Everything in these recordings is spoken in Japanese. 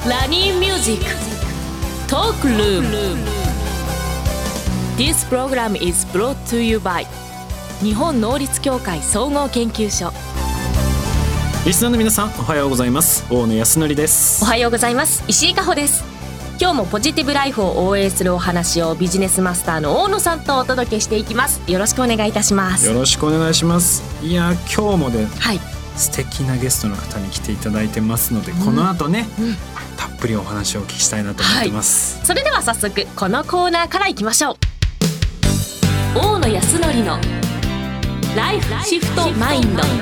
ラニーミュージックトークルーム This program is brought to you by 日本能率協会総合研究所。 リスナーの皆さん、おはようございます。大野康則です。 おはようございます。石井加穂です。今日もポジティブライフを応援するお話をビジネスマスターの大野さんとお届けしていきます。よろしくお願いいたします。 よろしくお願いします。いや今日もね、 はい、 素敵なゲストの方に来ていただいてますので、この後ね、たっぷりお話をお聞きしたいなと思ってます、 それでは早速このコーナーからいきましょう。大野康則のライフシフトマインド。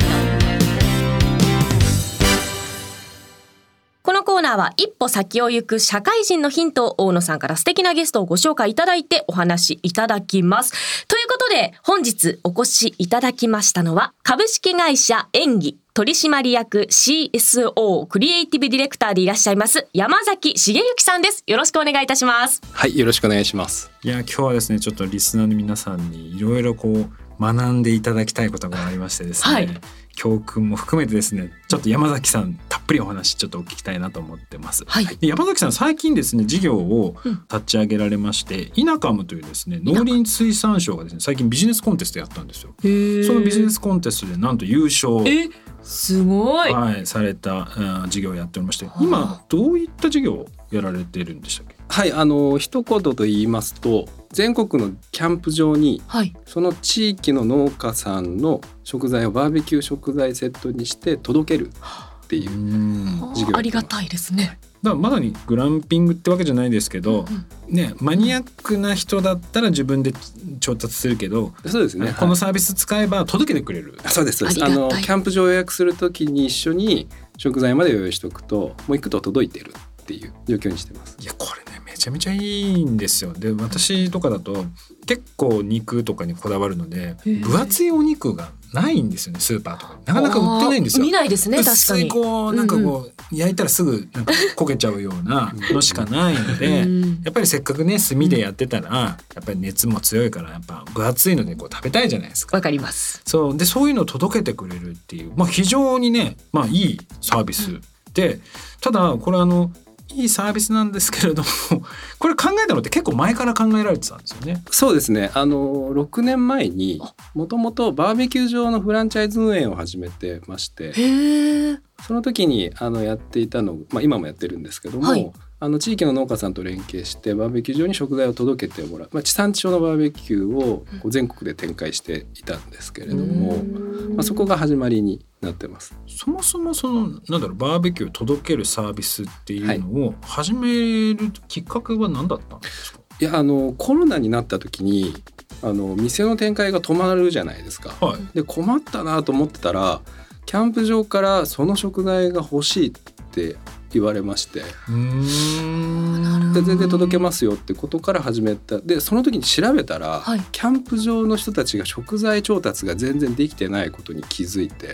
このコーナーは一歩先を行く社会人のヒントを大野さんから素敵なゲストをご紹介いただいてお話いただきます。ということで本日お越しいただきましたのは、株式会社演技取締役 CSO クリエイティブディレクターでいらっしゃいます山崎茂之さんです。よろしくお願いいたします。 はい、よろしくお願いします。 いや今日はですね、ちょっとリスナーの皆さんにいろいろ学んでいただきたいことがありましてですね、教訓も含めてですね、ちょっと山崎さんたっぷりお話ちょっとお聞きたいなと思ってます、で山崎さん最近ですね、事業を立ち上げられまして、イナカムというですね、農林水産省がですね、最近ビジネスコンテストやったんですよ。そのビジネスコンテストでなんと優勝すごい、 された事業をやっておりまして、今どういった事業をやられているんでしたっけ？ はい、一言と言いますと、全国のキャンプ場に、その地域の農家さんの食材をバーベキュー食材セットにして届けるっていう事業。 ありがたいですね。 だからまだにグランピングってわけじゃないですけど、マニアックな人だったら自分で調達するけど、 そうですね、 このサービス使えば届けてくれる。 そうです、そうです。キャンプ場予約するときに一緒に食材まで用意しておくと、もう行くと届いてるっていう状況にしてます。 いやこれね、めちゃめちゃいいんですよ。で私とかだと結構肉とかにこだわるので、分厚いお肉がないんですよね、スーパーとかなかなか売ってないんですよ。 見ないですね、確かに。 薄いなんか焼いたらすぐなんか焦げちゃうようなのしかないのでやっぱりせっかくね炭でやってたら、やっぱり熱も強いから、やっぱ分厚いので食べたいじゃないですか。 わかります。 そういうのを届けてくれるっていう、非常にね、いいサービスで、ただこれいいサービスなんですけれどもこれ考えたのって結構前から考えられてたんですよね。 そうですね、6年前にもともとバーベキュー場のフランチャイズ運営を始めてまして、その時にやっていたの、今もやってるんですけども、地域の農家さんと連携してバーベキュー場に食材を届けてもらう、地産地消のバーベキューを全国で展開していたんですけれども、そこが始まりになってます。 そもそもバーベキューを届けるサービスっていうのを始めるきっかけは何だったんですか？ いやコロナになった時に店の展開が止まるじゃないですか、で困ったなと思ってたら、キャンプ場からその食材が欲しいって言われまして、で全然届けますよってことから始めた。でその時に調べたら、キャンプ場の人たちが食材調達が全然できてないことに気づいて、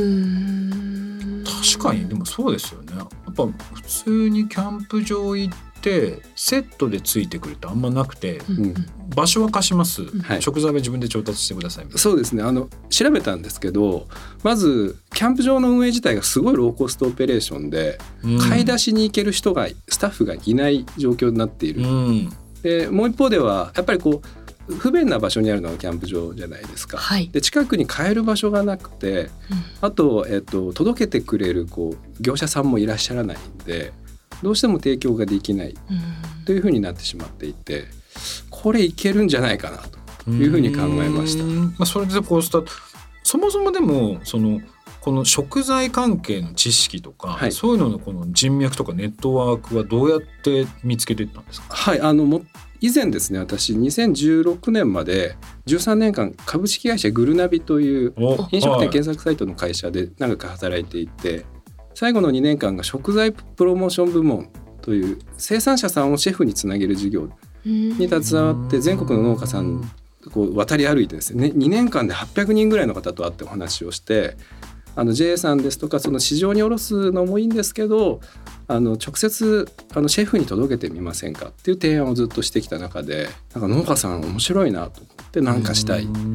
確かにでもそうですよね。やっぱ普通にキャンプ場行ってセットでついてくるってあんまなくて、場所は貸します、食材は自分で調達してくださいみたいな。 そうですね、調べたんですけど、まずキャンプ場の運営自体がすごいローコストオペレーションで、買い出しに行ける人がスタッフがいない状況になっている、でもう一方ではやっぱり不便な場所にあるのがキャンプ場じゃないですか、で近くに買える場所がなくて、あと、届けてくれる業者さんもいらっしゃらないんで、どうしても提供ができないというふうになってしまっていて、これいけるんじゃないかなというふうに考えました。 それでそもそもでもこの食材関係の知識とか、そういうののこの人脈とかネットワークはどうやって見つけていったんですか？ 以前ですね、私2016年まで13年間株式会社グルナビという飲食店検索サイトの会社で長く働いていて、最後の2年間が食材プロモーション部門という生産者さんをシェフにつなげる事業に携わって、全国の農家さん渡り歩いてですね、2年間で800人ぐらいの方と会ってお話をして、JA さんですとかその市場に卸すのもいいんですけど、直接シェフに届けてみませんかっていう提案をずっとしてきた中で、なんか農家さん面白いなと思って、なんかしたい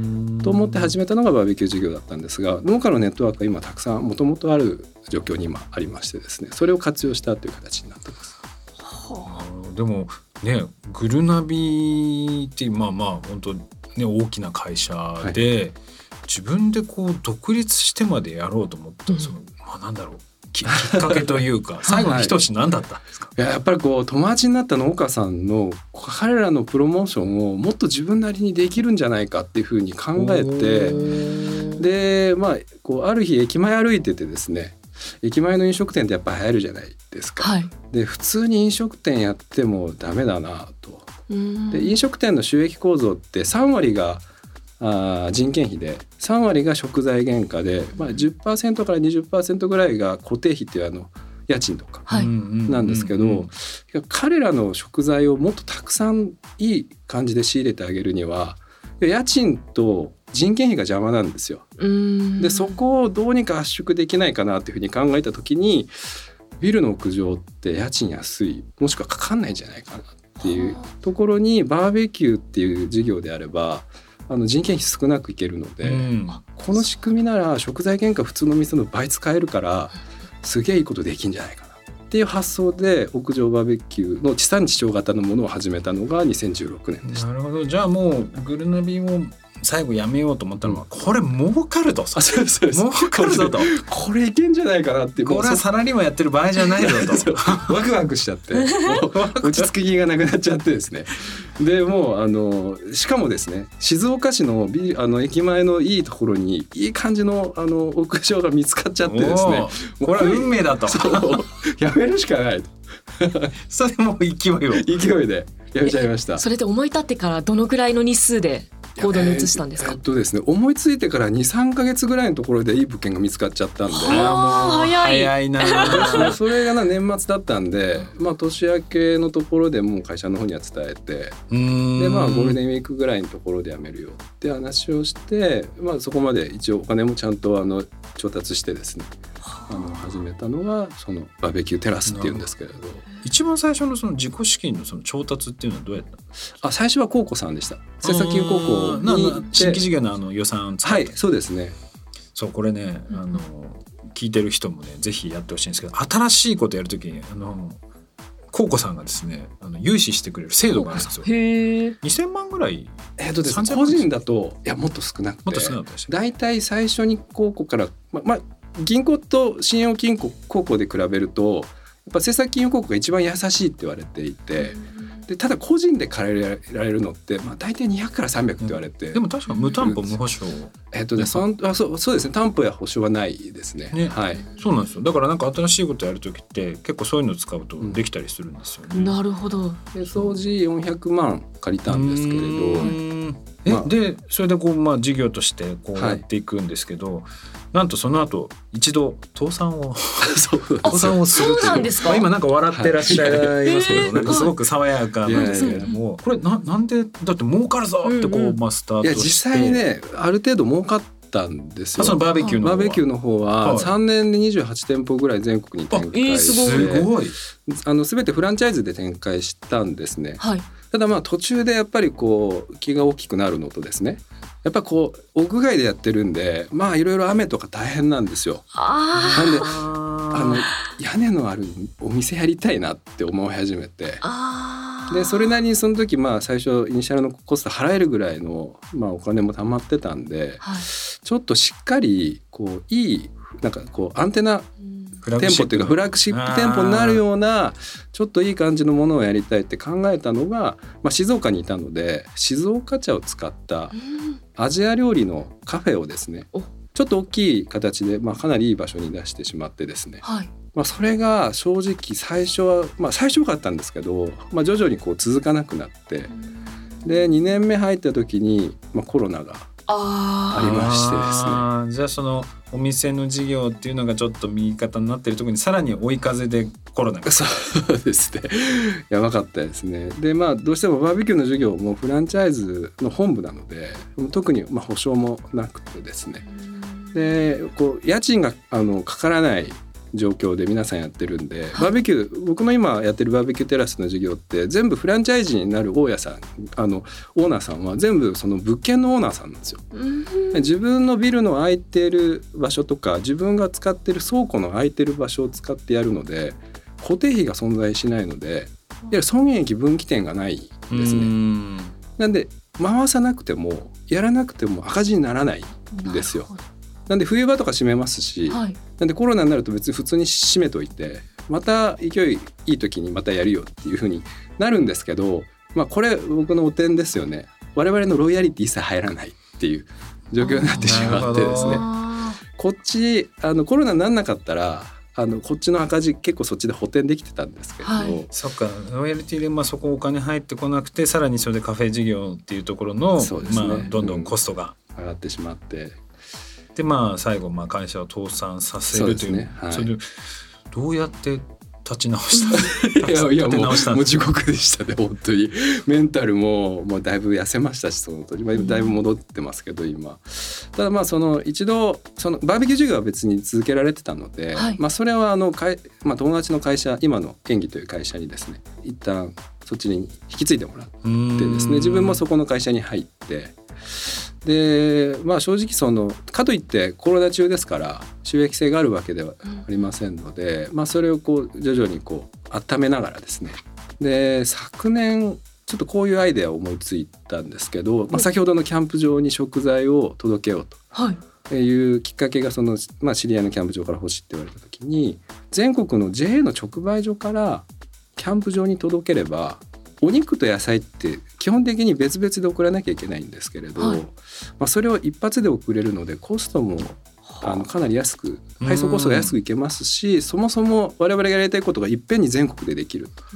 と思って始めたのがバーベキュー事業だったんですが、農家のネットワークは今たくさんもともとある状況に今ありましてですね、それを活用したという形になっています。 でもね、グルナビっていうまあ本当ね大きな会社で、自分でこう独立してまでやろうと思った、そのなんだろうきっかけというか最後の一押し何だったんですか？ やっぱりこう友達になった農家さんの彼らのプロモーションをもっと自分なりにできるんじゃないかっていうふうに考えて、でこうある日駅前歩いててですね、駅前の飲食店ってやっぱ流行るじゃないですか、で普通に飲食店やってもダメだなと。で飲食店の収益構造って3割が人件費で3割が食材原価で、10% から 20% ぐらいが固定費っていう家賃とかなんですけど、彼らの食材をもっとたくさんいい感じで仕入れてあげるには家賃と人件費が邪魔なんですよ。でそこをどうにか圧縮できないかなっていうふうに考えた時に、ビルの屋上って家賃安い、もしくはかかんないんじゃないかなっていうところに、バーベキューっていう事業であれば人件費少なくいけるので、この仕組みなら食材原価普通の店の倍使えるからすげえいいことできんじゃないかなっていう発想で、屋上バーベキューの地産地消型のものを始めたのが2016年でした。 なるほど。じゃあもうグルナビを最後やめようと思ったのは、これ儲かると、儲かるぞと、 これいけんじゃないかなって、 これはサラリーマンやってる場合じゃないぞとワクワクしちゃって落ち着きがなくなっちゃってですね。でもうしかもですね、静岡市の駅前のいいところにいい感じの屋上が見つかっちゃってですね、 これは運命だとやめるしかないとそれも勢いでやめちゃいました。 それで思い立ってからどのくらいの日数で行動に移したんですか？ ですね、思いついてから 2,3 ヶ月ぐらいのところでいい物件が見つかっちゃったんで、 早いなそれが年末だったんで、年明けのところでもう会社の方には伝えて、でゴールデンウィークぐらいのところで辞めるよって話をして、そこまで一応お金もちゃんと調達してですね、始めたのがそのバーベキューテラスっていうんですけれど、 一番最初のその自己資金のその調達っていうのはどうやったの？ 最初は高校さんでした。瀬崎高校に新規事業の予算使って、 そうですね。 そう、これね、聞いてる人もねぜひやってほしいんですけど、新しいことやるときに高校さんがですね融資してくれる制度があるんですよ。2000万ぐらい、 個人だともっと少なくて、だいたい最初に高校から銀行と信用金庫高校で比べるとやっぱ政策金融高校が一番優しいって言われていて、でただ個人で借りられるのって大体200から300って言われて、 でも確か無担保無保証、 そうですね、担保や保証はないですね。 そうなんですよ。だから新しいことやるときって結構そういうのを使うとできたりするんですよね。 なるほど。 で掃除400万借りたんですけれど、 でそれで事業としてこうやっていくんですけど、なんとその後一度倒産をするという。 そうなんですか？ 今笑ってらっしゃいますけど、すごく爽やかなんですけれども、これなんでだって儲かるぞってスタートして、 実際にねある程度儲かったんですよ。 そのバーベキューの方は 3年で28店舗ぐらい全国に展開して、 すごい全てフランチャイズで展開したんですね。ただ途中でやっぱり気が大きくなるのとですね、やっぱ屋外でやってるんでいろいろ雨とか大変なんですよ。なんで屋根のあるお店やりたいなって思い始めて、でそれなりにその時最初イニシャルのコスト払えるぐらいのお金も貯まってたんで、ちょっとしっかりいいアンテナ店舗っていうかフラッグシップ店舗になるようなちょっといい感じのものをやりたいって考えたのが、静岡にいたので静岡茶を使ったアジア料理のカフェをですね、ちょっと大きい形で、かなりいい場所に出してしまってですね、それが正直最初は、最初良かったんですけど、徐々に続かなくなって、で2年目入った時に、コロナがありましてですね、 じゃあそのお店の事業っていうのがちょっと右肩になっているところにさらに追い風でコロナが。 そうですね、やばかったですね。でどうしてもバーベキューの事業もフランチャイズの本部なので特に保証もなくてですね、で家賃がかからない状況で皆さんやってるんで、バーベキュー、僕の今やってるバーベキューテラスの事業って全部フランチャイズになる大家さん、オーナーさんは全部その物件のオーナーさんなんですよ。自分のビルの空いてる場所とか自分が使ってる倉庫の空いてる場所を使ってやるので、固定費が存在しないので、損益分岐点がないですね。なんで回さなくてもやらなくても赤字にならないんですよ。なんで冬場とか閉めますし、なんでコロナになると別に普通に閉めといて、また勢いいい時にまたやるよっていう風になるんですけど、これ僕の汚点ですよね。我々のロイヤリティさえ入らないっていう状況になってしまってですね、こっちコロナにならなかったらこっちの赤字結構そっちで補填できてたんですけど、 そっか、ロイヤリティでそこお金入ってこなくて、さらにそれでカフェ事業っていうところの、どんどんコストが、 上がってしまって、 で最後会社を倒産させるという、それでどうやって立ち直したいやもう地獄でしたね本当に。メンタルもだいぶ痩せましたし、その時だいぶ戻ってますけど今。ただ一度そのバーベキュー授業は別に続けられてたので、それは友達の会社、今の演技という会社にですね、一旦そっちに引き継いでもらってですね、自分もそこの会社に入って、で正直かといってコロナ中ですから収益性があるわけではありませんので、それを徐々に温めながらですね、で昨年ちょっとこういうアイデアを思いついたんですけど、先ほどのキャンプ場に食材を届けようというきっかけが知り合いのキャンプ場から欲しいって言われた時に、全国の JA の直売所からキャンプ場に届ければお肉と野菜って基本的に別々で送らなきゃいけないんですけれど、それを一発で送れるのでコストもかなり安く、配送コストが安くいけますし、そもそも我々がやりたいことがいっぺんに全国でできると、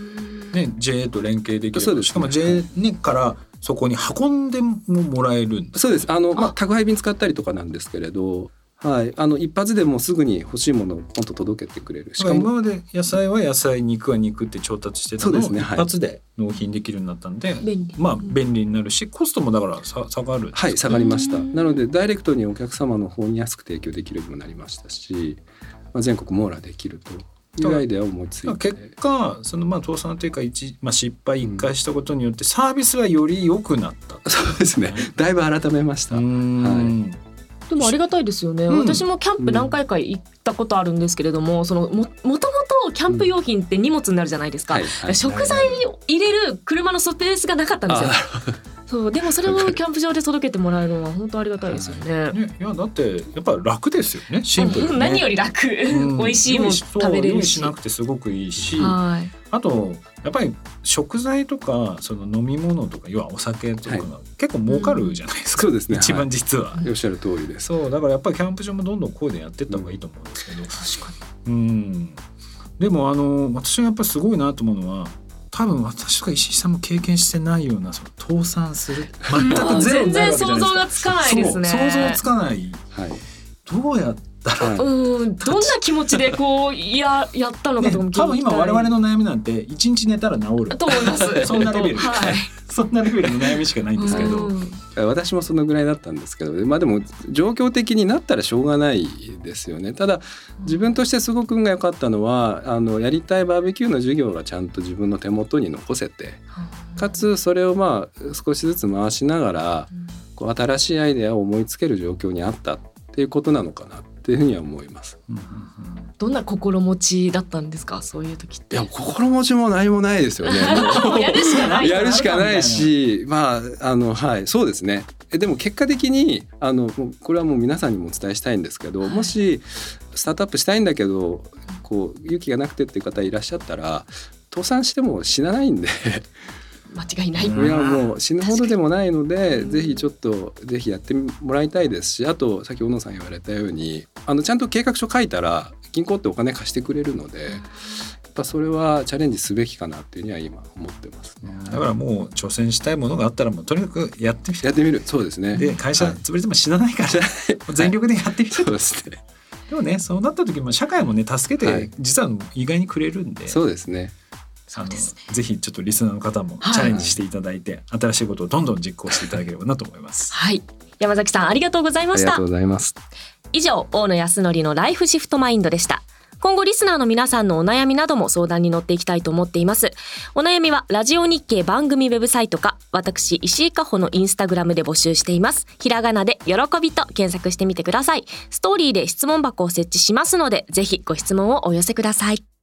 JA と連携できる。 そうですね、 しかも JA からそこに運んでもらえるんですか。 そうです。宅配便使ったりとかなんですけれど、一発でもうすぐに欲しいものをポンと届けてくれる。しかも今まで野菜は野菜、肉は肉って調達してたのを一発で納品できるようになったんで、便利になるし、コストもだから下がる。 下がりました。なのでダイレクトにお客様の方に安く提供できるようになりましたし、全国網羅できるというアイデアを思いついて、 結果倒産というか失敗1回したことによってサービスはより良くなった、 そうですね、だいぶ改めました。 でもありがたいですよね。私もキャンプ何回か行ったことあるんですけれども、もともとキャンプ用品って荷物になるじゃないですか。食材を入れる車のスペースがなかったんですよ。そう、でもそれをキャンプ場で届けてもらえるのは本当ありがたいですよね。 いやだってやっぱ楽ですよね、シンプルにね。 何より楽、美味しいもの食べれるし、 用意しなくてすごくいいし、あとやっぱり食材とか飲み物とか、要はお酒とか、結構儲かるじゃないですか。 そうですね、 一番実は、 おっしゃる通りです。 そうだからやっぱりキャンプ場もどんどんこうでやっていった方がいいと思うんですけど、 確かに。 でも私がやっぱりすごいなと思うのは、多分私とか石井さんも経験してないような倒産する、全くゼロになるわけじゃないですか。 全然想像がつかないですね。 想像つかない、どうやったら、 どんな気持ちでやったのかとかも聞きたい。 多分今我々の悩みなんて1日寝たら治ると思います。 そんなレベル、そんなレベルの悩みしかないんですけど、 私もそのぐらいだったんですけど、でも状況的になったらしょうがないですよね。ただ自分としてすごく運が良かったのは、やりたいバーベキューの授業がちゃんと自分の手元に残せて、かつそれを少しずつ回しながら新しいアイデアを思いつける状況にあったっていうことなのかなっていうふうには思います。 どんな心持ちだったんですか、そういう時って。 いや、心持ちも何もないですよね。 やるしかない。 やるしかないし、そうですね。でも結果的にこれはもう皆さんにもお伝えしたいんですけど、もしスタートアップしたいんだけど勇気がなくてっていう方いらっしゃったら、倒産しても死なないんで間違いない。 いやもう死ぬほどでもないので、ぜひやってもらいたいですし、あとさっき小野さん言われたようにちゃんと計画書書いたら銀行ってお金貸してくれるので、やっぱそれはチャレンジすべきかなっていうには今思ってますね。 だからもう挑戦したいものがあったら、もうとにかくやってみる。 そうですね。 で会社潰れても死なないから、全力でやってみる。 そうですね。 でもね、そうなった時も社会もね助けて、実は意外にくれるんで。 そうですね。 ぜひちょっとリスナーの方もチャレンジしていただいて、新しいことをどんどん実行していただければなと思います。 山崎さん、ありがとうございました。 ありがとうございます。 以上、大野康則のライフシフトマインドでした。 今後リスナーの皆さんのお悩みなども相談に乗っていきたいと思っています。お悩みはラジオ日経番組ウェブサイトか私石井加穂のインスタグラムで募集しています。ひらがなで喜びと検索してみてください。ストーリーで質問箱を設置しますのでぜひご質問をお寄せください。